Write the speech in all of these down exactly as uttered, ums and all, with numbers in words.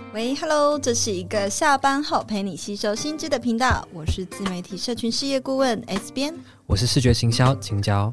喂 ，Hello， 这是一个下班后陪你吸收新知的频道，我是自媒体社群事业顾问 S 边， 我是视觉行销青椒。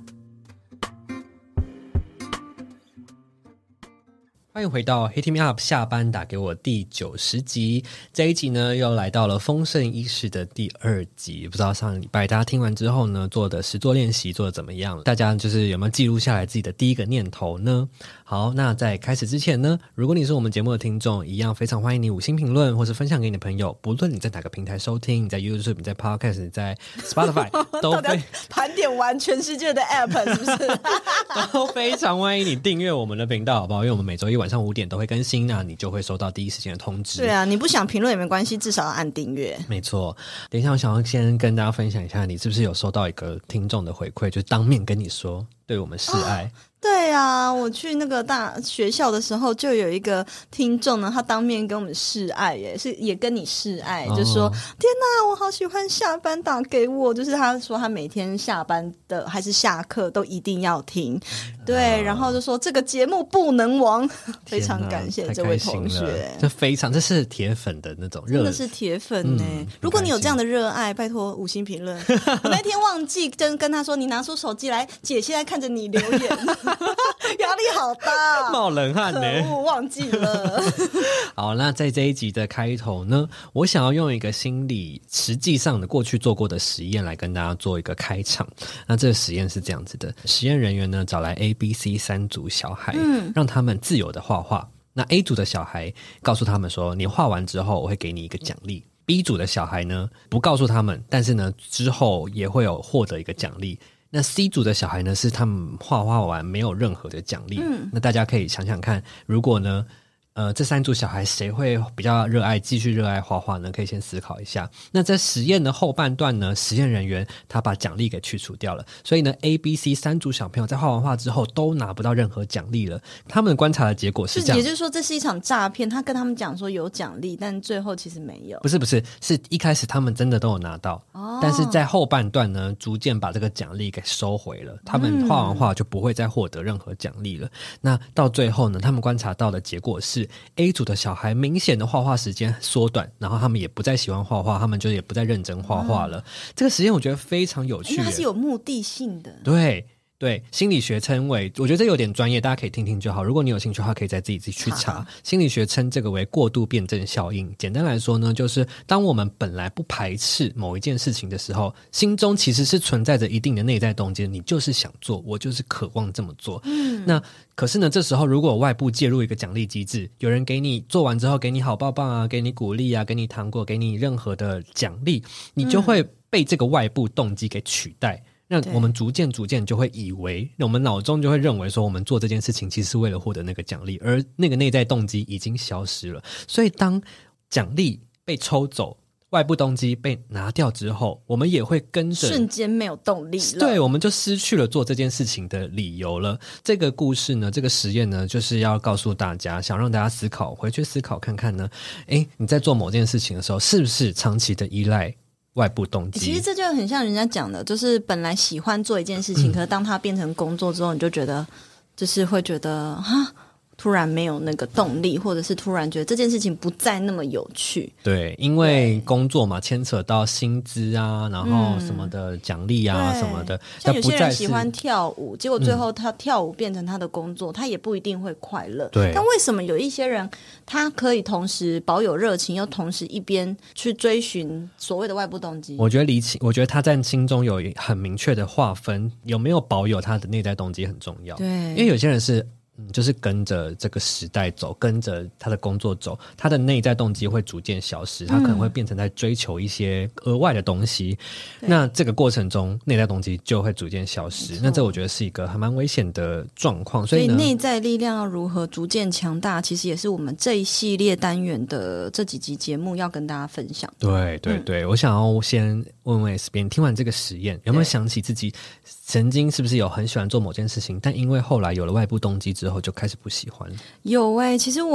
欢迎回到 Hit Me Up 下班打给我第九十集，这一集呢又来到了丰盛医师的第二集。不知道上个礼拜大家听完之后呢，做的实作练习做的怎么样？大家就是有没有记录下来自己的第一个念头呢？好，那在开始之前呢，如果你是我们节目的听众，一样非常欢迎你五星评论或是分享给你的朋友，不论你在哪个平台收听，你在 YouTube、你在 Podcast、你在 Spotify 都非盘点完全世界的 App 是不是？ 都非常欢迎你订阅我们的频道，好不好？因为我们每周一晚上五点都会更新，那你就会收到第一时间的通知。 对啊，你不想评论也没关系，至少要按订阅。 没错。等一下我想要先跟大家分享一下，你是不是有收到一个听众的回馈，就是当面跟你说对我们示爱、哦对啊，我去那个大学校的时候，就有一个听众呢，他当面跟我们示爱耶，是也跟你示爱，哦、就说天哪，我好喜欢下班打给我，就是他说他每天下班的还是下课都一定要听，对，然后就说这个节目不能亡，非常感谢这位同学， 这非常这是铁粉的那种热， 真的是铁粉呢、嗯。如果你有这样的热爱，拜托五星评论。我那天忘记跟跟他说，你拿出手机来，姐现在看着你留言。压力好大， 冒冷汗呢， 可恶，忘记了。 好，那在这一集的开头呢，我想要用一个心理实际上的过去做过的实验来跟大家做一个开场。那这个实验是这样子的，实验人员呢找来 A、B、C 三组小孩、嗯、让他们自由的画画。那 A 组的小孩告诉他们说，你画完之后我会给你一个奖励。B 组的小孩呢不告诉他们，但是呢之后也会有获得一个奖励。那 C 组的小孩呢，是他们画画完没有任何的奖励、嗯、那大家可以想想看，如果呢呃，这三组小孩谁会比较热爱继续热爱画画呢？可以先思考一下。那在实验的后半段呢，实验人员他把奖励给去除掉了，所以呢 A、B、C 三组小朋友在画完画之后都拿不到任何奖励了。他们观察的结果是这样， 也就是说这是一场诈骗，他跟他们讲说有奖励，但最后其实没有。 不是不是，是一开始他们真的都有拿到、哦、但是在后半段呢逐渐把这个奖励给收回了，他们画完画就不会再获得任何奖励了、嗯、那到最后呢，他们观察到的结果是A 组的小孩明显的画画时间缩短，然后他们也不再喜欢画画，他们就也不再认真画画了、嗯、这个实验我觉得非常有趣，因为它是有目的性的。 对对，心理学称为，我觉得这有点专业，大家可以听听就好，如果你有兴趣的话可以再自己自己去查。心理学称这个为过度辩证效应。简单来说呢，就是当我们本来不排斥某一件事情的时候，心中其实是存在着一定的内在动机，你就是想做，我就是渴望这么做。嗯，那可是呢，这时候如果外部介入一个奖励机制，有人给你做完之后给你好棒棒啊，给你鼓励啊，给你糖果，给你任何的奖励，你就会被这个外部动机给取代。那我们逐渐逐渐就会以为，我们脑中就会认为说，我们做这件事情其实是为了获得那个奖励，而那个内在动机已经消失了。所以当奖励被抽走，外部动机被拿掉之后，我们也会跟着瞬间没有动力了。 对，我们就失去了做这件事情的理由了。这个故事呢，这个实验呢，就是要告诉大家，想让大家思考，回去思考看看呢，诶，你在做某件事情的时候，是不是长期的依赖外部动机？ 其实这就很像人家讲的，就是本来喜欢做一件事情、嗯、可是当它变成工作之后，你就觉得就是会觉得哈，突然没有那个动力，或者是突然觉得这件事情不再那么有趣。 对，因为工作嘛，牵扯到薪资啊，然后什么的奖励啊、嗯、什么的。 像有些人喜欢跳舞，结果最后他跳舞变成他的工作、嗯、他也不一定会快乐。 对， 但为什么有一些人他可以同时保有热情，又同时一边去追寻所谓的外部动机？ 我觉得理清，我觉得他在心中有很明确的划分，有没有保有他的内在动机很重要。 对， 因为有些人是嗯，就是跟着这个时代走，跟着他的工作走，他的内在动机会逐渐消失，他可能会变成在追求一些额外的东西、嗯、那这个过程中内在动机就会逐渐消失，那这我觉得是一个还蛮危险的状况。所以呢， 内在力量要如何逐渐强大，其实也是我们这一系列单元的这几集节目要跟大家分享。 对对对、嗯、我想要先问问 S 边，听完这个实验有没有想起自己曾经是不是有很喜欢做某件事情，但因为后来有了外部动机之后就开始不喜欢了？ 有欸，其实我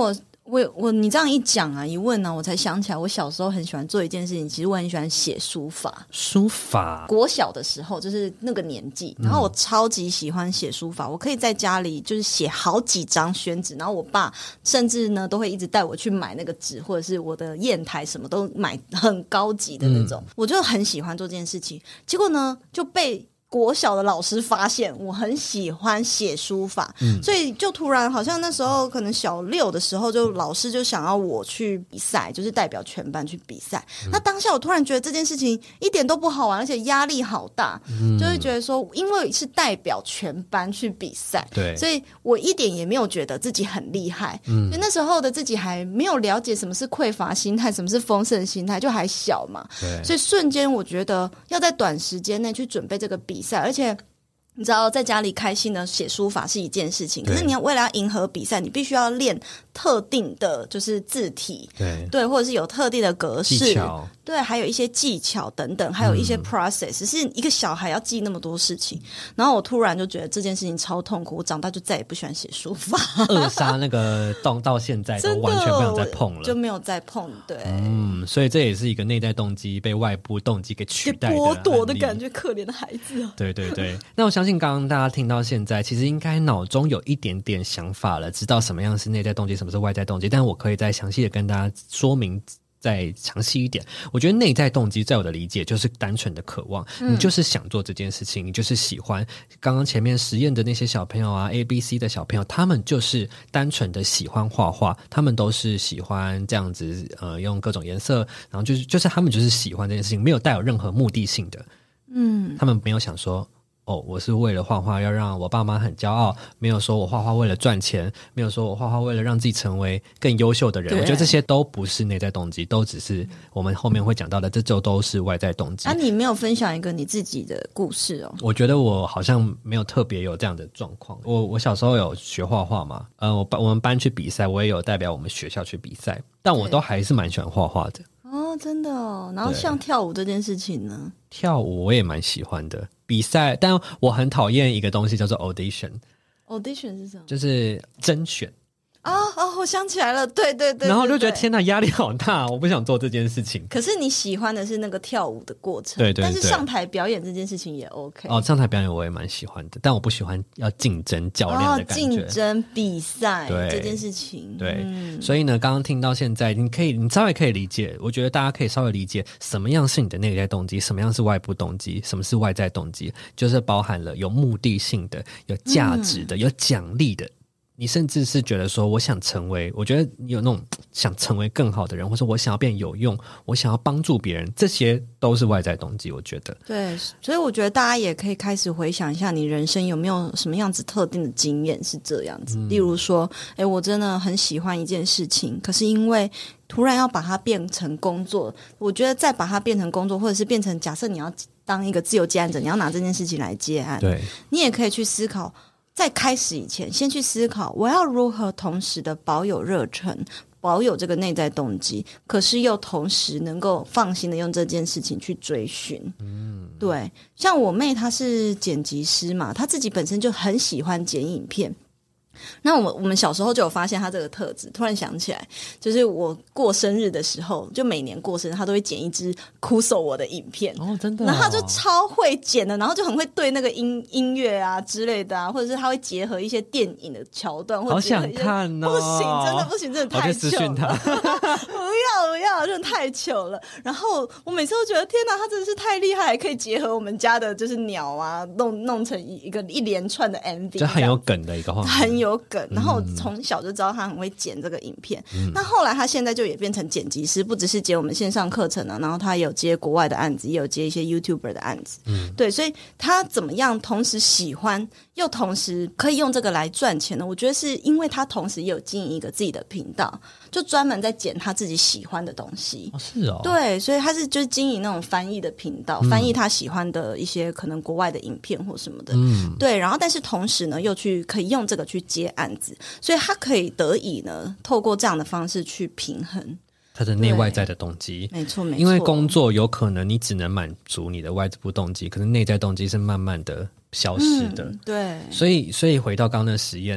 我我你这样一讲啊，一问呢、啊，我才想起来，我小时候很喜欢做一件事情，其实我很喜欢写书法。 书法， 国小的时候就是那个年纪，然后我超级喜欢写书法，嗯、我可以在家里就是写好几张宣纸，然后我爸甚至呢都会一直带我去买那个纸，或者是我的砚台什么都买很高级的那种，嗯、我就很喜欢做这件事情。结果呢就被国小的老师发现我很喜欢写书法、嗯、所以就突然好像那时候可能小六的时候，就老师就想要我去比赛，就是代表全班去比赛、嗯、那当下我突然觉得这件事情一点都不好玩，而且压力好大、嗯、就会觉得说因为是代表全班去比赛，对，所以我一点也没有觉得自己很厉害、嗯、所以那时候的自己还没有了解什么是匮乏心态，什么是丰盛心态，就还小嘛，对，所以瞬间我觉得要在短时间内去准备这个比赛，而且你知道在家里开心的写书法是一件事情，可是你要为了要迎合比赛，你必须要练特定的就是字体，对对，或者是有特定的格式，技巧，对，还有一些技巧等等，还有一些 process、嗯、是一个小孩要记那么多事情，然后我突然就觉得这件事情超痛苦，我长大就再也不喜欢写书法， 扼杀那个到到现在都完全不想再碰了， 就没有再碰，对， 嗯，所以这也是一个内在动机被外部动机给取代的剥夺的感觉，可怜的孩子、哦、 对对对，那我相信刚刚大家听到现在其实应该脑中有一点点想法了，知道什么样是内在动机，什么是外在动机，但我可以再详细的跟大家说明再详细一点。我觉得内在动机在我的理解就是单纯的渴望、嗯、你就是想做这件事情，你就是喜欢。刚刚前面实验的那些小朋友啊 A B C 的小朋友，他们就是单纯的喜欢画画，他们都是喜欢这样子呃，用各种颜色，然后就是就是他们就是喜欢这件事情，没有带有任何目的性的，嗯，他们没有想说哦，我是为了画画要让我爸妈很骄傲，没有说我画画为了赚钱，没有说我画画为了让自己成为更优秀的人，我觉得这些都不是内在动机，都只是我们后面会讲到的，这就都是外在动机。 啊，你没有分享一个你自己的故事哦？ 我觉得我好像没有特别有这样的状况。我我小时候有学画画嘛，呃，我我们班去比赛，我也有代表我们学校去比赛，但我都还是蛮喜欢画画的。 哦，真的哦。然后像跳舞这件事情呢？ 跳舞我也蛮喜欢的，比赛，但我很讨厌一个东西叫做 audition。audition 是什么？ 就是甄选。 啊哦，我想起来了，对对 对, 对。 然后我就觉得天哪，压力好大，我不想做这件事情。 可是你喜欢的是那个跳舞的过程， 对对对。 但是上台表演这件事情也 OK。 哦，上台表演我也蛮喜欢的，但我不喜欢要竞争较量的感觉。 哦，竞争比赛这件事情， 对。嗯、所以呢，刚刚听到现在，你可以，你稍微可以理解，我觉得大家可以稍微理解什么样是你的内在动机，什么样是外部动机，什么是外在动机，就是包含了有目的性的、有价值的、嗯、有奖励的。你甚至是觉得说我想成为，我觉得你有那种想成为更好的人，或者我想要变有用，我想要帮助别人，这些都是外在动机，我觉得。 对，所以我觉得大家也可以开始回想一下你人生有没有什么样子特定的经验是这样子、嗯、例如说诶我真的很喜欢一件事情，可是因为突然要把它变成工作，我觉得再把它变成工作，或者是变成假设你要当一个自由接案者，你要拿这件事情来接案，对，你也可以去思考，在开始以前先去思考我要如何同时的保有热忱，保有这个内在动机，可是又同时能够放心的用这件事情去追寻。嗯，对，像我妹她是剪辑师嘛，她自己本身就很喜欢剪影片，那我们我们小时候就有发现他这个特质，突然想起来，就是我过生日的时候，就每年过生日他都会剪一支哭手我的影片哦，真的、哦， 然后他就超会剪的，然后就很会对那个音音乐啊之类的啊，或者是他会结合一些电影的桥段，或者好想看哦， 不行，真的不行，真的太糗了，不要不要，真的太糗了。然后我每次都觉得天哪，他真的是太厉害，还可以结合我们家的就是鸟啊，弄弄成一个一连串的 M V， 就很有梗的一个画面， 很有梗，然后从小就知道他很会剪这个影片、嗯、那后来他现在就也变成剪辑师，不只是接我们线上课程啊，然后他也有接国外的案子，也有接一些 YouTuber 的案子、嗯、对，所以他怎么样同时喜欢又同时可以用这个来赚钱呢？我觉得是因为他同时也有经营一个自己的频道，就专门在剪他自己喜欢的东西、 哦、是哦， 对，所以他是就是经营那种翻译的频道、嗯、翻译他喜欢的一些可能国外的影片或什么的、嗯、对，然后但是同时呢又去可以用这个去接案子，所以他可以得以呢透过这样的方式去平衡他的内外在的动机， 没错没错， 因为工作有可能你只能满足你的外部动机，可是内在动机是慢慢的消失的、 嗯、对， 所以所以回到刚刚的实验，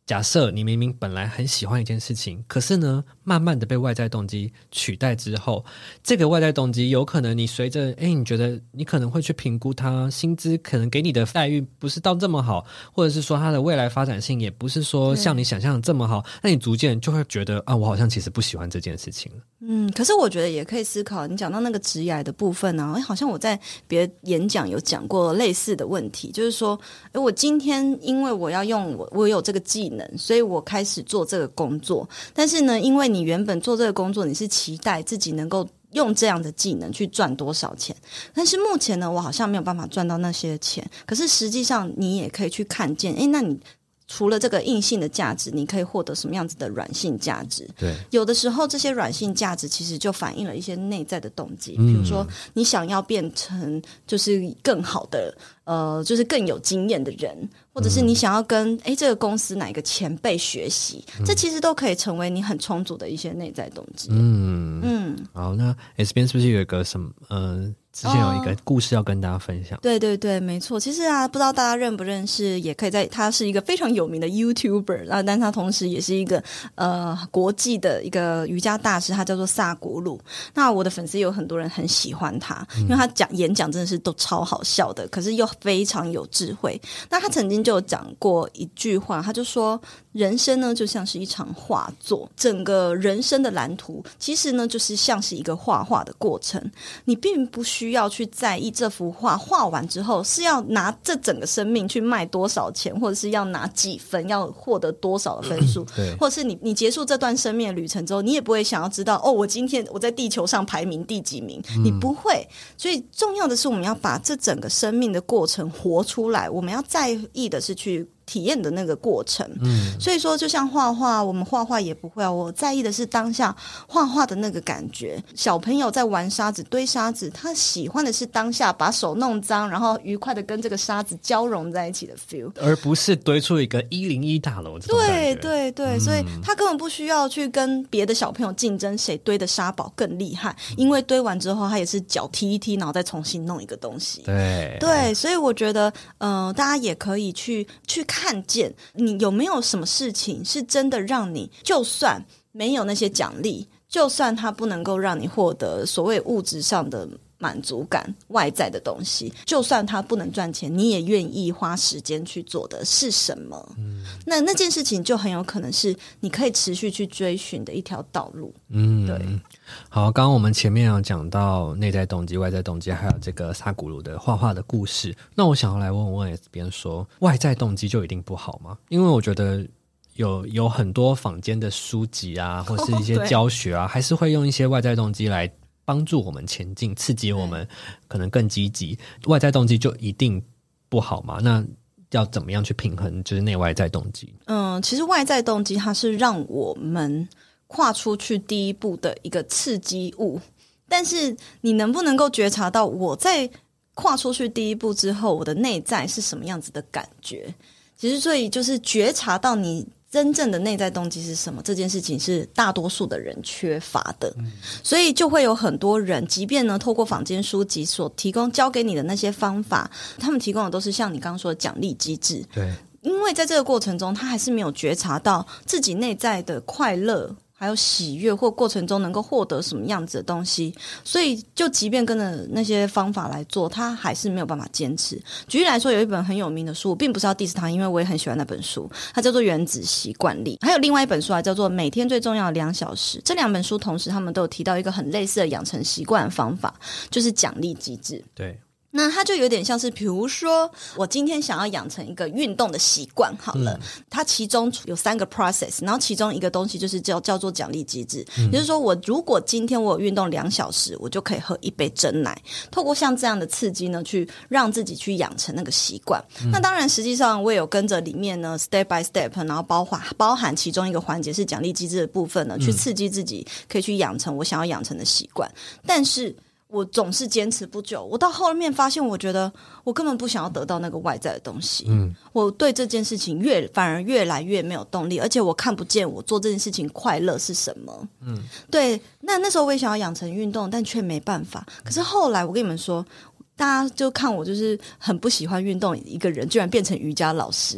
假设你明明本来很喜欢一件事情，可是呢慢慢的被外在动机取代之后，这个外在动机有可能你随着诶你觉得你可能会去评估它薪资可能给你的待遇不是到这么好，或者是说它的未来发展性也不是说像你想象的这么好，那你逐渐就会觉得啊，我好像其实不喜欢这件事情了。 嗯，可是我觉得也可以思考，你讲到那个职涯的部分啊，好像我在别的演讲有讲过类似的问题，就是说诶我今天因为我要用我我有这个技能，所以我开始做这个工作，但是呢因为你原本做这个工作你是期待自己能够用这样的技能去赚多少钱，但是目前呢我好像没有办法赚到那些钱，可是实际上你也可以去看见，诶那你除了这个硬性的价值，你可以获得什么样子的软性价值？ 对， 有的时候这些软性价值其实就反映了一些内在的动机，比如说你想要变成就是更好的呃，就是更有经验的人，或者是你想要跟诶这个公司哪一个前辈学习，嗯、这其实都可以成为你很充足的一些内在动机。嗯嗯，好，那 S 边是不是有一个什么呃？之前有一个故事要跟大家分享。 哦、对对对，没错。其实啊，不知道大家认不认识，也可以在他是一个非常有名的 YouTuber 啊，但他同时也是一个呃国际的一个瑜伽大师，他叫做萨古鲁。那我的粉丝有很多人很喜欢他，因为他讲演讲真的是都超好笑的，可是又非常有智慧。那他曾经就有讲过一句话，他就说人生呢就像是一场画作，整个人生的蓝图其实呢就是像是一个画画的过程，你并不需要去在意这幅画画完之后是要拿这整个生命去卖多少钱，或者是要拿几分，要获得多少的分数， 对， 或者是你你结束这段生命的旅程之后，你也不会想要知道哦，我今天我在地球上排名第几名，你不会。所以重要的是我们要把这整个生命的过程活出来，我们要在意的是去体验的那个过程。嗯，所以说就像画画，我们画画也不会啊，我在意的是当下画画的那个感觉。小朋友在玩沙子堆沙子，他喜欢的是当下把手弄脏，然后愉快的跟这个沙子交融在一起的 feel， 而不是堆出一个一零一大楼这种感觉。 对对对、嗯、所以他根本不需要去跟别的小朋友竞争谁堆的沙堡更厉害，因为堆完之后他也是脚踢一踢，然后再重新弄一个东西。 对对，所以我觉得呃，大家也可以去去看见你有没有什么事情是真的让你就算没有那些奖励，就算它不能够让你获得所谓物质上的满足感，外在的东西，就算它不能赚钱，你也愿意花时间去做的是什么？嗯，那那件事情就很有可能是你可以持续去追寻的一条道路。嗯，对。 好，刚刚我们前面有讲到内在动机、外在动机，还有这个萨古鲁的画画的故事。那我想要来问问 S 边说，外在动机就一定不好吗？因为我觉得有有很多坊间的书籍啊，或是一些教学啊，还是会用一些外在动机来帮助我们前进，刺激我们可能更积极。外在动机就一定不好吗？那要怎么样去平衡就是内外在动机？ 嗯，其实外在动机它是让我们跨出去第一步的一个刺激物，但是你能不能够觉察到我在跨出去第一步之后，我的内在是什么样子的感觉？其实所以就是觉察到你真正的内在动机是什么，这件事情是大多数的人缺乏的、嗯、所以就会有很多人即便呢透过坊间书籍所提供教给你的那些方法，他们提供的都是像你刚刚说的奖励机制， 对， 因为在这个过程中他还是没有觉察到自己内在的快乐还有喜悦，或过程中能够获得什么样子的东西，所以就即便跟着那些方法来做，他还是没有办法坚持。举例来说，有一本很有名的书，我并不是要 diss 他，因为我也很喜欢那本书，它叫做《原子习惯力》，还有另外一本书啊，叫做《每天最重要的两小时》。这两本书同时他们都有提到一个很类似的养成习惯的方法，就是奖励机制。 对， 那它就有点像是比如说我今天想要养成一个运动的习惯好了、嗯、它其中有三个 process， 然后其中一个东西就是叫叫做奖励机制、嗯、也就是说我如果今天我有运动两小时，我就可以喝一杯珍奶，透过像这样的刺激呢去让自己去养成那个习惯、嗯、那当然实际上我也有跟着里面呢 step by step， 然后包含包含其中一个环节是奖励机制的部分呢、嗯、去刺激自己可以去养成我想要养成的习惯，但是我总是坚持不久，我到后面发现我觉得我根本不想要得到那个外在的东西、嗯、我对这件事情越反而越来越没有动力，而且我看不见我做这件事情快乐是什么。嗯，对，那那时候我也想要养成运动，但却没办法。可是后来我跟你们说，大家就看我就是很不喜欢运动一个人居然变成瑜伽老师，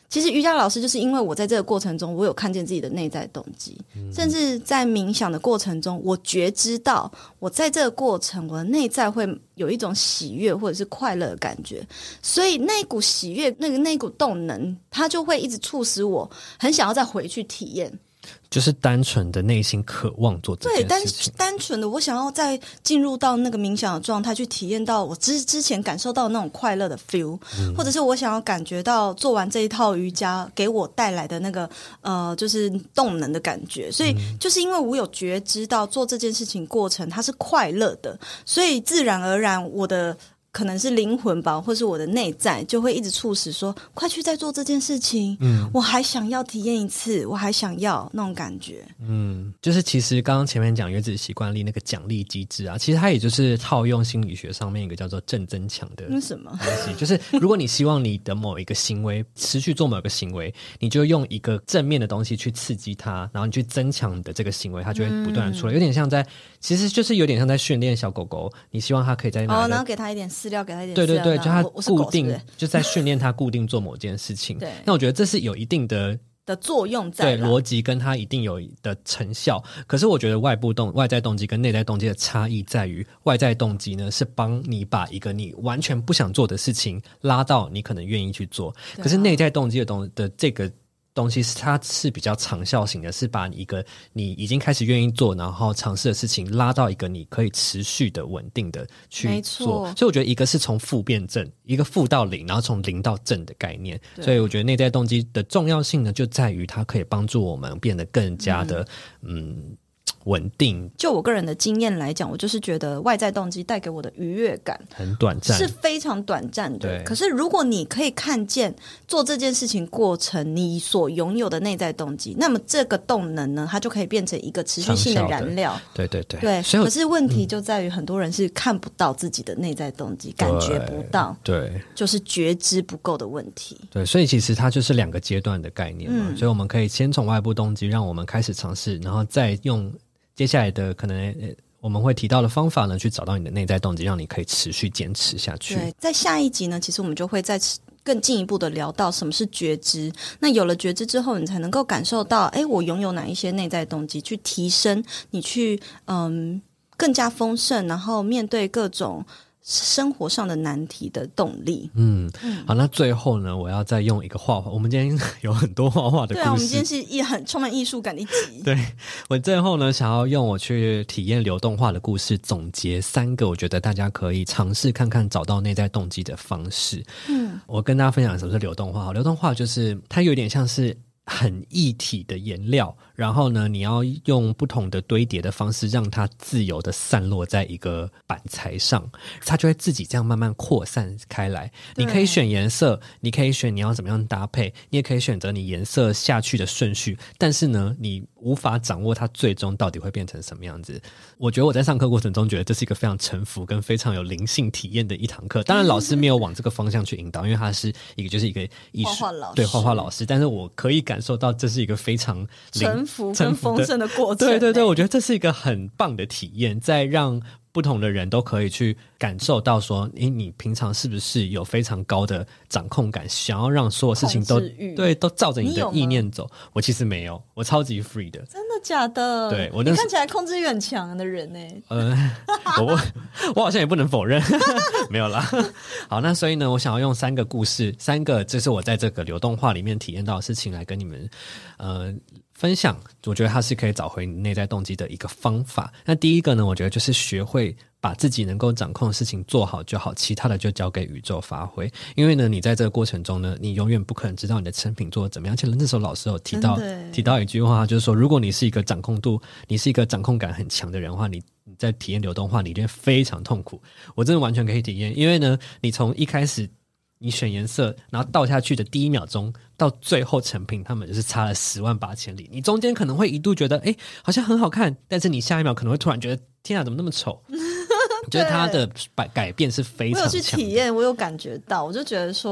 其实瑜伽老师就是因为我在这个过程中我有看见自己的内在动机、嗯、甚至在冥想的过程中我觉知到我在这个过程我的内在会有一种喜悦或者是快乐的感觉，所以那股喜悦那个那股动能它就会一直促使我很想要再回去体验， 就是单纯的内心渴望做这件事情。 对，单单纯的我想要再进入到那个冥想的状态，去体验到我之之前感受到那种快乐的 feel、嗯、或者是我想要感觉到做完这一套瑜伽给我带来的那个呃，就是动能的感觉。所以就是因为我有觉知到做这件事情过程它是快乐的，所以自然而然我的可能是灵魂吧，或是我的内在就会一直促使说快去再做这件事情，嗯，我还想要体验一次，我还想要那种感觉。 嗯，就是其实刚刚前面讲原子习惯力那个奖励机制啊，其实它也就是套用心理学上面一个叫做正增强的那什么东西，就是如果你希望你的某一个行为持续做某个行为，你就用一个正面的东西去刺激它，然后你去增强你的这个行为，它就会不断的出来、嗯、有点像在其实就是有点像在训练小狗狗，你希望它可以在那哦，然后给它一点饲料，给它一点饲料， 对对对，就它固定是是就在训练它固定做某件事情对， 那我觉得这是有一定的的作用在， 对逻辑跟它一定有的成效。可是我觉得外部动外在动机跟内在动机的差异在于，外在动机呢是帮你把一个你完全不想做的事情拉到你可能愿意去做， 啊、 可是内在动机的东的这个东西是它是比较长效型的，是把一个你已经开始愿意做然后尝试的事情拉到一个你可以持续的稳定的去做。所以我觉得一个是从负变正，一个负到零，然后从零到正的概念。所以我觉得内在动机的重要性呢就在于它可以帮助我们变得更加的 嗯, 嗯稳定。 就我个人的经验来讲，我就是觉得外在动机带给我的愉悦感很短暂， 是非常短暂的。可是如果你可以看见做这件事情过程你所拥有的内在动机，那么这个动能呢它就可以变成一个持续性的燃料。 对对对对，所以可是问题就在于很多人是看不到自己的内在动机、嗯、感觉不到， 对， 就是觉知不够的问题。 对，所以其实它就是两个阶段的概念嘛、嗯、所以我们可以先从外部动机让我们开始尝试，然后再用接下来的可能我们会提到的方法呢去找到你的内在动机，让你可以持续坚持下去。 对，在下一集呢其实我们就会再更进一步的聊到什么是觉知，那有了觉知之后你才能够感受到诶我拥有哪一些内在动机，去提升你去嗯更加丰盛，然后面对各种生活上的难题的动力。 嗯, 嗯好，那最后呢我要再用一个画画，我们今天有很多画画的故事。 对啊，我们今天是一很充满艺术感的一集。 对，我最后呢想要用我去体验流动画的故事总结三个我觉得大家可以尝试看看找到内在动机的方式。嗯，我跟大家分享什么是流动画。流动画就是它有点像是很液体的颜料，然后呢你要用不同的堆叠的方式让它自由的散落在一个板材上，它就会自己这样慢慢扩散开来。你可以选颜色，你可以选你要怎么样搭配，你也可以选择你颜色下去的顺序，但是呢你无法掌握它最终到底会变成什么样子。我觉得我在上课过程中觉得这是一个非常沉浮跟非常有灵性体验的一堂课。当然老师没有往这个方向去引导，因为他是一个就是一个艺术画画老师， 对，画画老师，但是我可以感受到这是一个非常沉浮跟丰盛的过程。 对对对，我觉得这是一个很棒的体验，在让不同的人都可以去感受到说诶你平常是不是有非常高的掌控感，想要让所有事情都对都照着你的意念走。我其实没有，我超级 free 的。 真的假的？ 对，我你看起来控制欲很强的人呢、欸。 呃，我我好像也不能否认。没有啦。好，那所以呢我想要用三个故事，三个这是我在这个流动画里面体验到的事情来跟你们呃分享。我觉得它是可以找回你内在动机的一个方法。那第一个呢我觉得就是学会把自己能够掌控的事情做好就好，其他的就交给宇宙发挥。因为呢你在这个过程中呢你永远不可能知道你的成品做得怎么样。而且那时候老师有提到提到一句话，就是说如果你是一个掌控度你是一个掌控感很强的人的话，你你在体验流动化你一定非常痛苦。我真的完全可以体验，因为呢你从一开始你选颜色然后倒下去的第一秒钟到最后成品他们就是差了十万八千里。你中间可能会一度觉得诶好像很好看，但是你下一秒可能会突然觉得天啊怎么那么丑。我觉得它的改变是非常强的。 我有去体验，我有感觉到，我就觉得说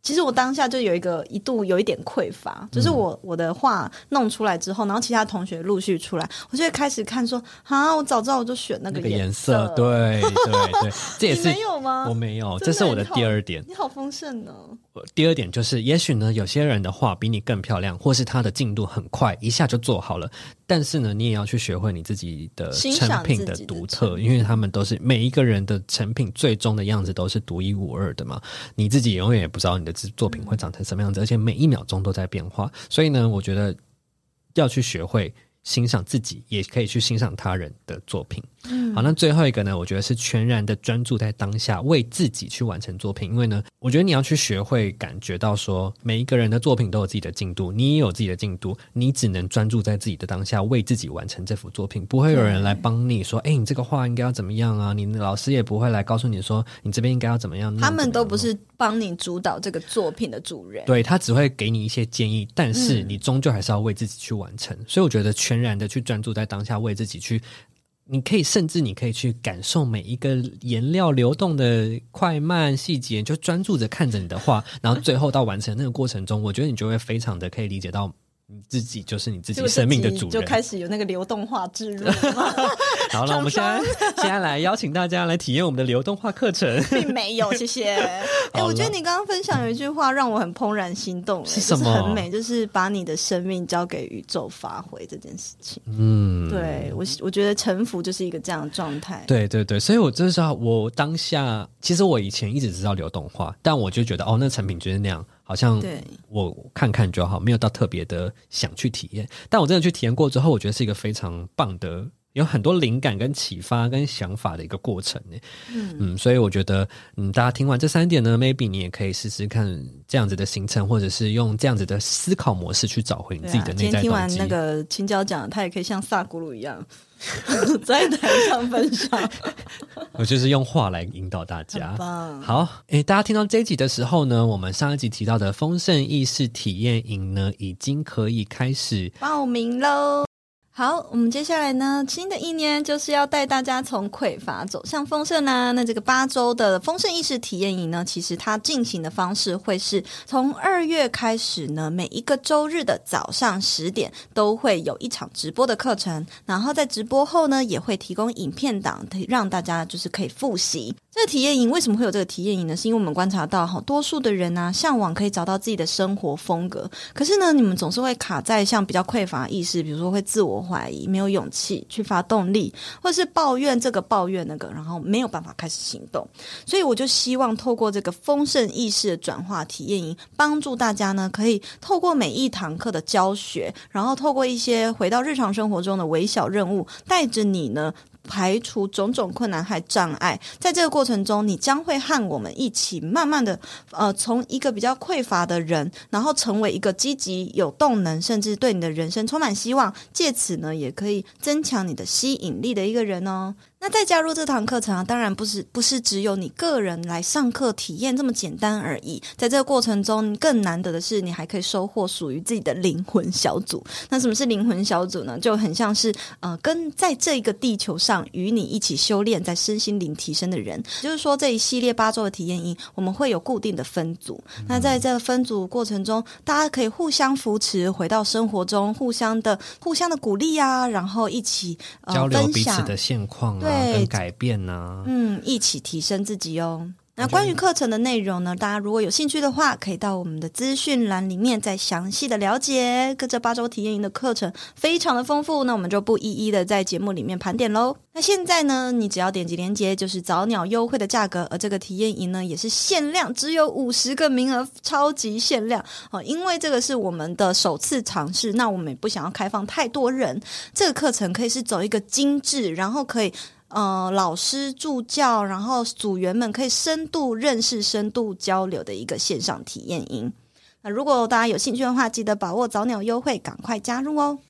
其实我当下就有一个一度有一点匮乏，就是我、嗯、我的画弄出来之后，然后其他同学陆续出来，我就会开始看说啊，我早知道我就选那个颜色， 那个颜色对对对，这也是你没有吗？ 我没有，这是我的第二点。 你好丰盛呢。 第二点就是，也许呢，有些人的画比你更漂亮，或是他的进度很快，一下就做好了。但是呢，你也要去学会你自己的成品的独特，因为他们都是每一个人的成品最终的样子都是独一无二的嘛。你自己永远也不知道你的作品会长成什么样子，而且每一秒钟都在变化。所以呢，我觉得要去学会欣赏自己，也可以去欣赏他人的作品。嗯，好，那最后一个呢，我觉得是全然的专注在当下，为自己去完成作品。因为呢，我觉得你要去学会感觉到说，每一个人的作品都有自己的进度，你也有自己的进度，你只能专注在自己的当下，为自己完成这幅作品。不会有人来帮你说，哎、欸，你这个画应该要怎么样啊？你的老师也不会来告诉你说，你这边应该要怎么样。 他们都不是帮你主导这个作品的主人， 对，他只会给你一些建议，但是你终究还是要为自己去完成。嗯、所以我觉得全然的去专注在当下，为自己去。你可以甚至你可以去感受每一个颜料流动的快慢细节，就专注着看着你的画，然后最后到完成那个过程中，我觉得你就会非常的可以理解到你自己就是你自己生命的主人， 就开始有那个流动画置入好了，我们现在现在来邀请大家来体验我们的流动画课程。 并没有，谢谢。哎、欸，我觉得你刚刚分享有一句话让我很怦然心动， 是什么？ 就是很美，就是把你的生命交给宇宙发挥这件事情。嗯，对我我觉得臣服就是一个这样的状态。 对对对，所以我这时候我当下，其实我以前一直知道流动画，但我就觉得哦，那成品就是那样。好像我看看就好，没有到特别的想去体验。但我真的去体验过之后，我觉得是一个非常棒的，有很多灵感跟启发跟想法的一个过程。嗯, 嗯所以我觉得嗯，大家听完这三点呢 maybe 你也可以试试看这样子的行程，或者是用这样子的思考模式去找回你自己的内在动机。 今天听完那个青椒讲，他也可以像萨古鲁一样在台上分享我就是用话来引导大家。 很棒。 好，诶，大家听到这一集的时候呢，我们上一集提到的丰盛意识体验营呢，已经可以开始报名咯。好，我们接下来呢，新的一年就是要带大家从匮乏走向丰盛啦。那这个八周的丰盛意识体验营呢，其实它进行的方式会是从二月开始呢，每一个周日的早上十点都会有一场直播的课程，然后在直播后呢，也会提供影片档，让大家就是可以复习。这个体验营为什么会有这个体验营呢？是因为我们观察到多数的人啊，向往可以找到自己的生活风格，可是呢，你们总是会卡在像比较匮乏意识，比如说会自我怀疑，没有勇气去发动力，或是抱怨这个抱怨那个，然后没有办法开始行动。所以我就希望透过这个丰盛意识的转化体验营，帮助大家呢，可以透过每一堂课的教学，然后透过一些回到日常生活中的微小任务，带着你呢排除种种困难和障碍。在这个过程中，你将会和我们一起慢慢的呃，从一个比较匮乏的人，然后成为一个积极有动能，甚至对你的人生充满希望，借此呢也可以增强你的吸引力的一个人哦。那再加入这堂课程啊，当然不是不是只有你个人来上课体验这么简单而已。在这个过程中，更难得的是你还可以收获属于自己的灵魂小组。那什么是灵魂小组呢？就很像是呃，跟在这个地球上与你一起修炼，在身心灵提升的人。就是说这一系列八周的体验营，我们会有固定的分组。那在这个分组过程中，大家可以互相扶持，回到生活中，互相的互相的鼓励啊，然后一起、呃、 交流彼此的现况啊。跟改变啊， 嗯，一起提升自己哦。那关于课程的内容呢，大家如果有兴趣的话，可以到我们的资讯栏里面再详细的了解。跟这八周体验营的课程非常的丰富，那我们就不一一的在节目里面盘点咯。那现在呢，你只要点击连结就是早鸟优惠的价格，而这个体验营呢也是限量，只有五十个名额，超级限量、哦、因为这个是我们的首次尝试，那我们也不想要开放太多人。这个课程可以是走一个精致，然后可以呃，老师助教，然后组员们可以深度认识、深度交流的一个线上体验营。那如果大家有兴趣的话，记得把握早鸟优惠，赶快加入哦。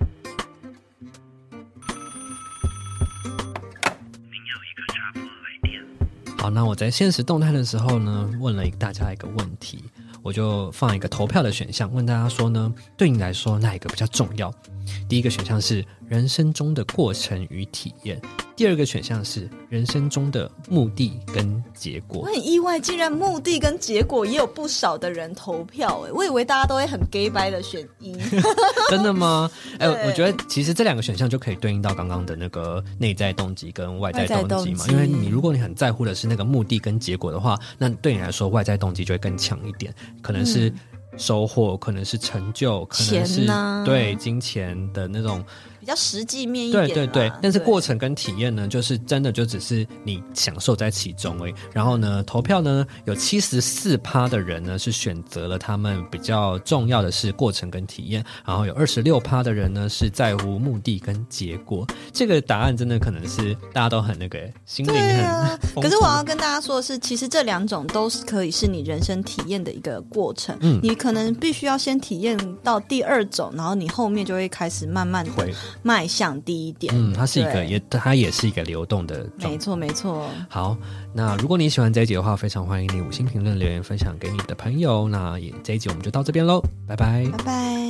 好，那我在限时动态的时候呢，问了大家一个问题，我就放一个投票的选项，问大家说呢，对你来说哪一个比较重要？第一个选项是人生中的过程与体验。第二个选项是人生中的目的跟结果。 我很意外，竟然目的跟结果也有不少的人投票耶，我以为大家都会很 gay 掰的选一。 真的吗？哎、欸，我觉得其实这两个选项就可以对应到刚刚的那个内在动机跟外在动机嘛。因为你如果你很在乎的是那个目的跟结果的话，那对你来说外在动机就会更强一点，可能是收获，可能是成就，可能是钱啊， 对金钱的那种比较实际面一点啦。 对对对，但是过程跟体验呢，就是真的就只是你享受在其中而已。然后呢，投票呢有 百分之七十四 的人呢是选择了他们比较重要的是过程跟体验，然后有 百分之二十六 的人呢是在乎目的跟结果。这个答案真的可能是大家都很那个心灵很、啊、 可是我要跟大家说的是，其实这两种都是可以是你人生体验的一个过程。嗯，你可能必须要先体验到第二种，然后你后面就会开始慢慢的迈向第一点。 嗯，它是一个也它也是一个流动的状态。 没错没错。 好，那如果你喜欢这一集的话，非常欢迎你五星评论留言分享给你的朋友。那也这一集我们就到这边咯，拜拜拜拜。